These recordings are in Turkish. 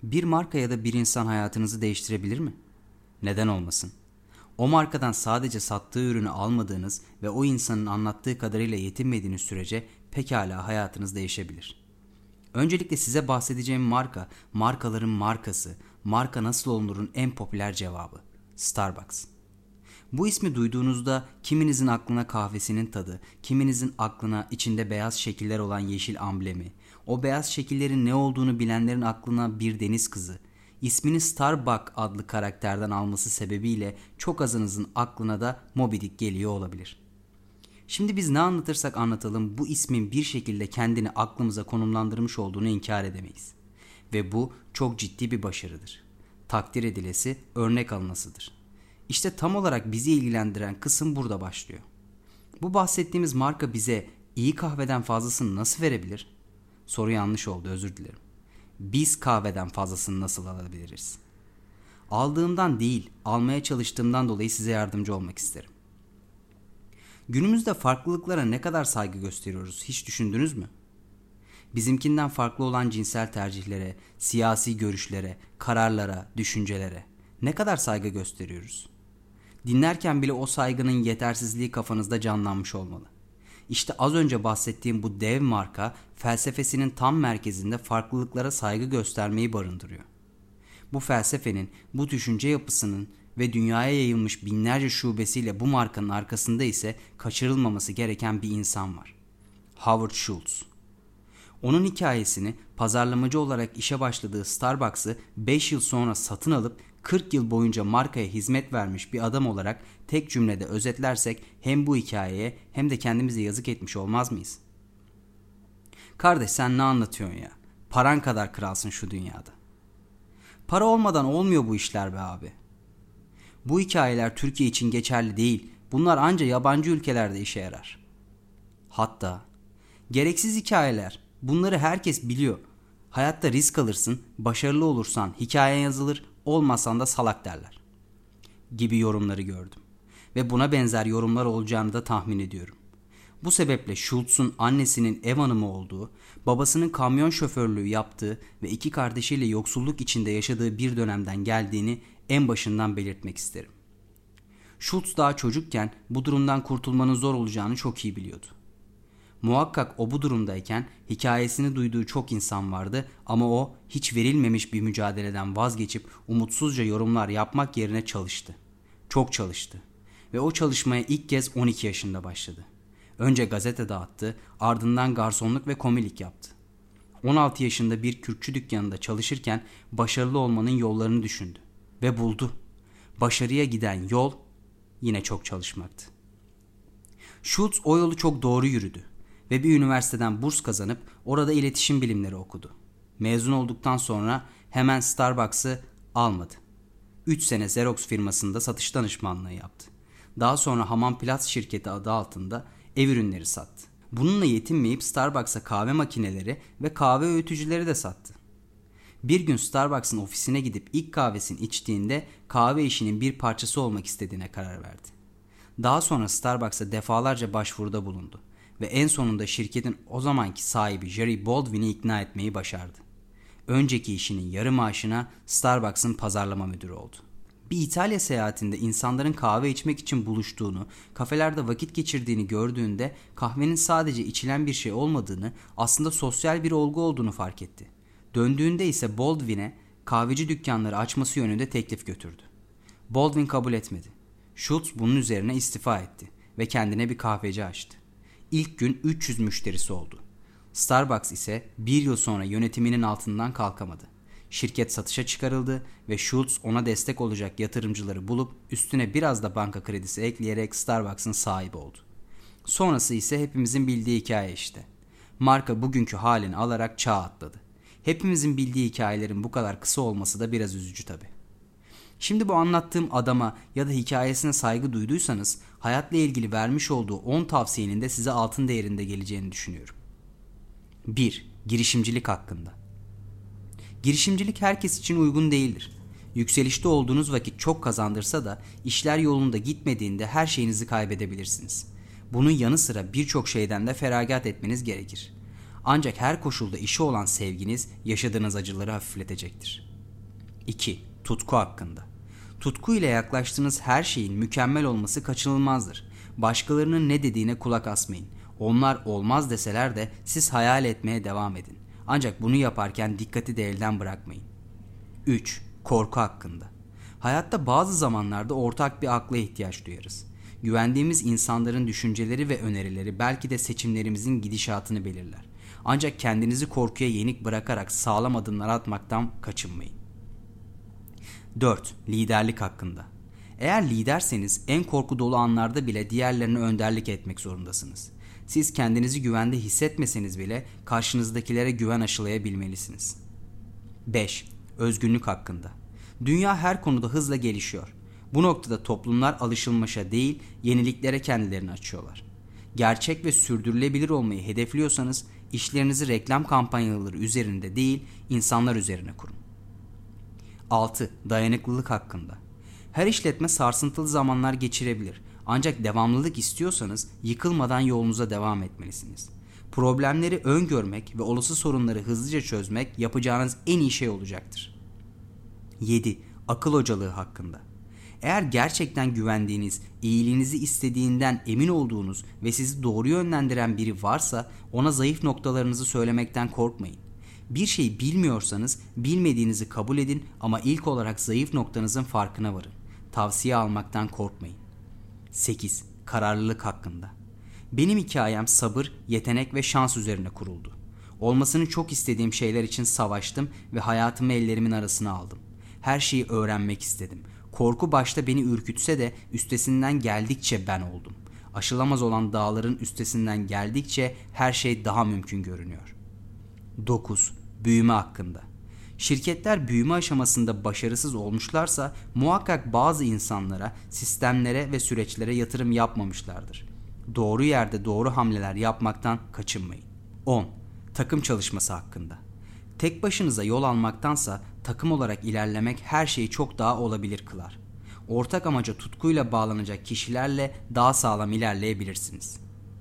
Bir marka ya da bir insan hayatınızı değiştirebilir mi? Neden olmasın? O markadan sadece sattığı ürünü almadığınız ve o insanın anlattığı kadarıyla yetinmediğiniz sürece pekala hayatınız değişebilir. Öncelikle size bahsedeceğim marka, markaların markası, marka nasıl olunurun en popüler cevabı. Starbucks. Bu ismi duyduğunuzda kiminizin aklına kahvesinin tadı, kiminizin aklına içinde beyaz şekiller olan yeşil amblemi, o beyaz şekillerin ne olduğunu bilenlerin aklına bir deniz kızı, ismini Starbuck adlı karakterden alması sebebiyle çok azınızın aklına da Moby Dick geliyor olabilir. Şimdi biz ne anlatırsak anlatalım bu ismin bir şekilde kendini aklımıza konumlandırmış olduğunu inkar edemeyiz. Ve bu çok ciddi bir başarıdır. Takdir edilesi, örnek alınasıdır. İşte tam olarak bizi ilgilendiren kısım burada başlıyor. Bu bahsettiğimiz marka bize iyi kahveden fazlasını nasıl verebilir? Soru yanlış oldu, özür dilerim. Biz kahveden fazlasını nasıl alabiliriz? Aldığımdan değil, almaya çalıştığımdan dolayı size yardımcı olmak isterim. Günümüzde farklılıklara ne kadar saygı gösteriyoruz hiç düşündünüz mü? Bizimkinden farklı olan cinsel tercihlere, siyasi görüşlere, kararlara, düşüncelere ne kadar saygı gösteriyoruz? Dinlerken bile o saygının yetersizliği kafanızda canlanmış olmalı. İşte az önce bahsettiğim bu dev marka felsefesinin tam merkezinde farklılıklara saygı göstermeyi barındırıyor. Bu felsefenin, bu düşünce yapısının ve dünyaya yayılmış binlerce şubesiyle bu markanın arkasında ise kaçırılmaması gereken bir insan var. Howard Schultz. Onun hikayesini pazarlamacı olarak işe başladığı Starbucks'ı 5 yıl sonra satın alıp 40 yıl boyunca markaya hizmet vermiş bir adam olarak tek cümlede özetlersek hem bu hikayeye hem de kendimize yazık etmiş olmaz mıyız? Kardeş sen ne anlatıyorsun ya? Paran kadar kralsın şu dünyada. Para olmadan olmuyor bu işler be abi. Bu hikayeler Türkiye için geçerli değil. Bunlar anca yabancı ülkelerde işe yarar. Hatta gereksiz hikayeler. Bunları herkes biliyor. Hayatta risk alırsın, başarılı olursan hikaye yazılır, olmasan da salak derler. Gibi yorumları gördüm. Ve buna benzer yorumlar olacağını da tahmin ediyorum. Bu sebeple Schultz'un annesinin ev hanımı olduğu, babasının kamyon şoförlüğü yaptığı ve iki kardeşiyle yoksulluk içinde yaşadığı bir dönemden geldiğini en başından belirtmek isterim. Schultz daha çocukken bu durumdan kurtulmanın zor olacağını çok iyi biliyordu. Muhakkak o bu durumdayken hikayesini duyduğu çok insan vardı ama o hiç verilmemiş bir mücadeleden vazgeçip umutsuzca yorumlar yapmak yerine çalıştı. Çok çalıştı ve o çalışmaya ilk kez 12 yaşında başladı. Önce gazete dağıttı, ardından garsonluk ve komilik yaptı. 16 yaşında bir kürkçü dükkanında çalışırken başarılı olmanın yollarını düşündü ve buldu. Başarıya giden yol yine çok çalışmaktı. Schultz o yolu çok doğru yürüdü ve bir üniversiteden burs kazanıp orada iletişim bilimleri okudu. Mezun olduktan sonra hemen Starbucks'ı almadı. 3 sene Xerox firmasında satış danışmanlığı yaptı. Daha sonra Hamam Platz şirketi adı altında ev ürünleri sattı. Bununla yetinmeyip Starbucks'a kahve makineleri ve kahve öğütücüleri de sattı. Bir gün Starbucks'ın ofisine gidip ilk kahvesini içtiğinde kahve işinin bir parçası olmak istediğine karar verdi. Daha sonra Starbucks'a defalarca başvuruda bulundu ve en sonunda şirketin o zamanki sahibi Jerry Baldwin'i ikna etmeyi başardı. Önceki işinin yarı maaşına Starbucks'ın pazarlama müdürü oldu. Bir İtalya seyahatinde insanların kahve içmek için buluştuğunu, kafelerde vakit geçirdiğini gördüğünde kahvenin sadece içilen bir şey olmadığını, aslında sosyal bir olgu olduğunu fark etti. Döndüğünde ise Baldwin'e kahveci dükkanları açması yönünde teklif götürdü. Baldwin kabul etmedi. Schultz bunun üzerine istifa etti ve kendine bir kahveci açtı. İlk gün 300 müşterisi oldu. Starbucks ise bir yıl sonra yönetiminin altından kalkamadı. Şirket satışa çıkarıldı ve Schultz ona destek olacak yatırımcıları bulup üstüne biraz da banka kredisi ekleyerek Starbucks'ın sahibi oldu. Sonrası ise hepimizin bildiği hikaye işte. Marka bugünkü halini alarak çağ atladı. Hepimizin bildiği hikayelerin bu kadar kısa olması da biraz üzücü tabii. Şimdi bu anlattığım adama ya da hikayesine saygı duyduysanız hayatla ilgili vermiş olduğu 10 tavsiyenin de size altın değerinde geleceğini düşünüyorum. 1. Girişimcilik hakkında. Girişimcilik herkes için uygun değildir. Yükselişte olduğunuz vakit çok kazandırsa da işler yolunda gitmediğinde her şeyinizi kaybedebilirsiniz. Bunun yanı sıra birçok şeyden de feragat etmeniz gerekir. Ancak her koşulda işe olan sevginiz yaşadığınız acıları hafifletecektir. 2. Tutku hakkında. Tutku ile yaklaştığınız her şeyin mükemmel olması kaçınılmazdır. Başkalarının ne dediğine kulak asmayın. Onlar olmaz deseler de siz hayal etmeye devam edin. Ancak bunu yaparken dikkati de elden bırakmayın. 3. Korku hakkında. Hayatta bazı zamanlarda ortak bir akla ihtiyaç duyarız. Güvendiğimiz insanların düşünceleri ve önerileri belki de seçimlerimizin gidişatını belirler. Ancak kendinizi korkuya yenik bırakarak sağlam adımlar atmaktan kaçınmayın. 4. Liderlik hakkında. Eğer liderseniz en korku dolu anlarda bile diğerlerine önderlik etmek zorundasınız. Siz kendinizi güvende hissetmeseniz bile karşınızdakilere güven aşılayabilmelisiniz. 5. Özgünlük hakkında. Dünya her konuda hızla gelişiyor. Bu noktada toplumlar alışılmışa değil, yeniliklere kendilerini açıyorlar. Gerçek ve sürdürülebilir olmayı hedefliyorsanız işlerinizi reklam kampanyaları üzerinde değil, insanlar üzerine kurun. 6. Dayanıklılık hakkında. Her işletme sarsıntılı zamanlar geçirebilir. Ancak devamlılık istiyorsanız yıkılmadan yolunuza devam etmelisiniz. Problemleri öngörmek ve olası sorunları hızlıca çözmek yapacağınız en iyi şey olacaktır. 7. Akıl hocalığı hakkında. Eğer gerçekten güvendiğiniz, iyiliğinizi istediğinden emin olduğunuz ve sizi doğru yönlendiren biri varsa ona zayıf noktalarınızı söylemekten korkmayın. Bir şeyi bilmiyorsanız bilmediğinizi kabul edin ama ilk olarak zayıf noktanızın farkına varın. Tavsiye almaktan korkmayın. 8. Kararlılık hakkında. Benim hikayem sabır, yetenek ve şans üzerine kuruldu. Olmasını çok istediğim şeyler için savaştım ve hayatımı ellerimin arasına aldım. Her şeyi öğrenmek istedim. Korku başta beni ürkütse de üstesinden geldikçe ben oldum. Aşılamaz olan dağların üstesinden geldikçe her şey daha mümkün görünüyor. 9. Büyüme hakkında. Şirketler büyüme aşamasında başarısız olmuşlarsa muhakkak bazı insanlara, sistemlere ve süreçlere yatırım yapmamışlardır. Doğru yerde doğru hamleler yapmaktan kaçınmayın. 10. Takım çalışması hakkında. Tek başınıza yol almaktansa takım olarak ilerlemek her şeyi çok daha olabilir kılar. Ortak amaca tutkuyla bağlanacak kişilerle daha sağlam ilerleyebilirsiniz.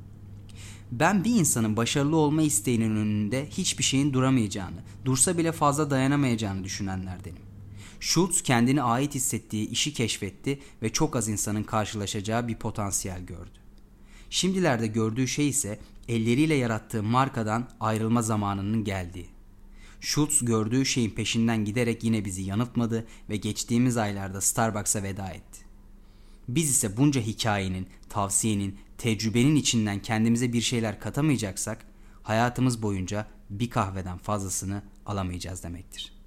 Ben bir insanın başarılı olma isteğinin önünde hiçbir şeyin duramayacağını, dursa bile fazla dayanamayacağını düşünenlerdenim. Schultz kendine ait hissettiği işi keşfetti ve çok az insanın karşılaşacağı bir potansiyel gördü. Şimdilerde gördüğü şey ise elleriyle yarattığı markadan ayrılma zamanının geldiği. Schultz gördüğü şeyin peşinden giderek yine bizi yanıltmadı ve geçtiğimiz aylarda Starbucks'a veda etti. Biz ise bunca hikayenin, tavsiyenin, tecrübenin içinden kendimize bir şeyler katamayacaksak hayatımız boyunca bir kahveden fazlasını alamayacağız demektir.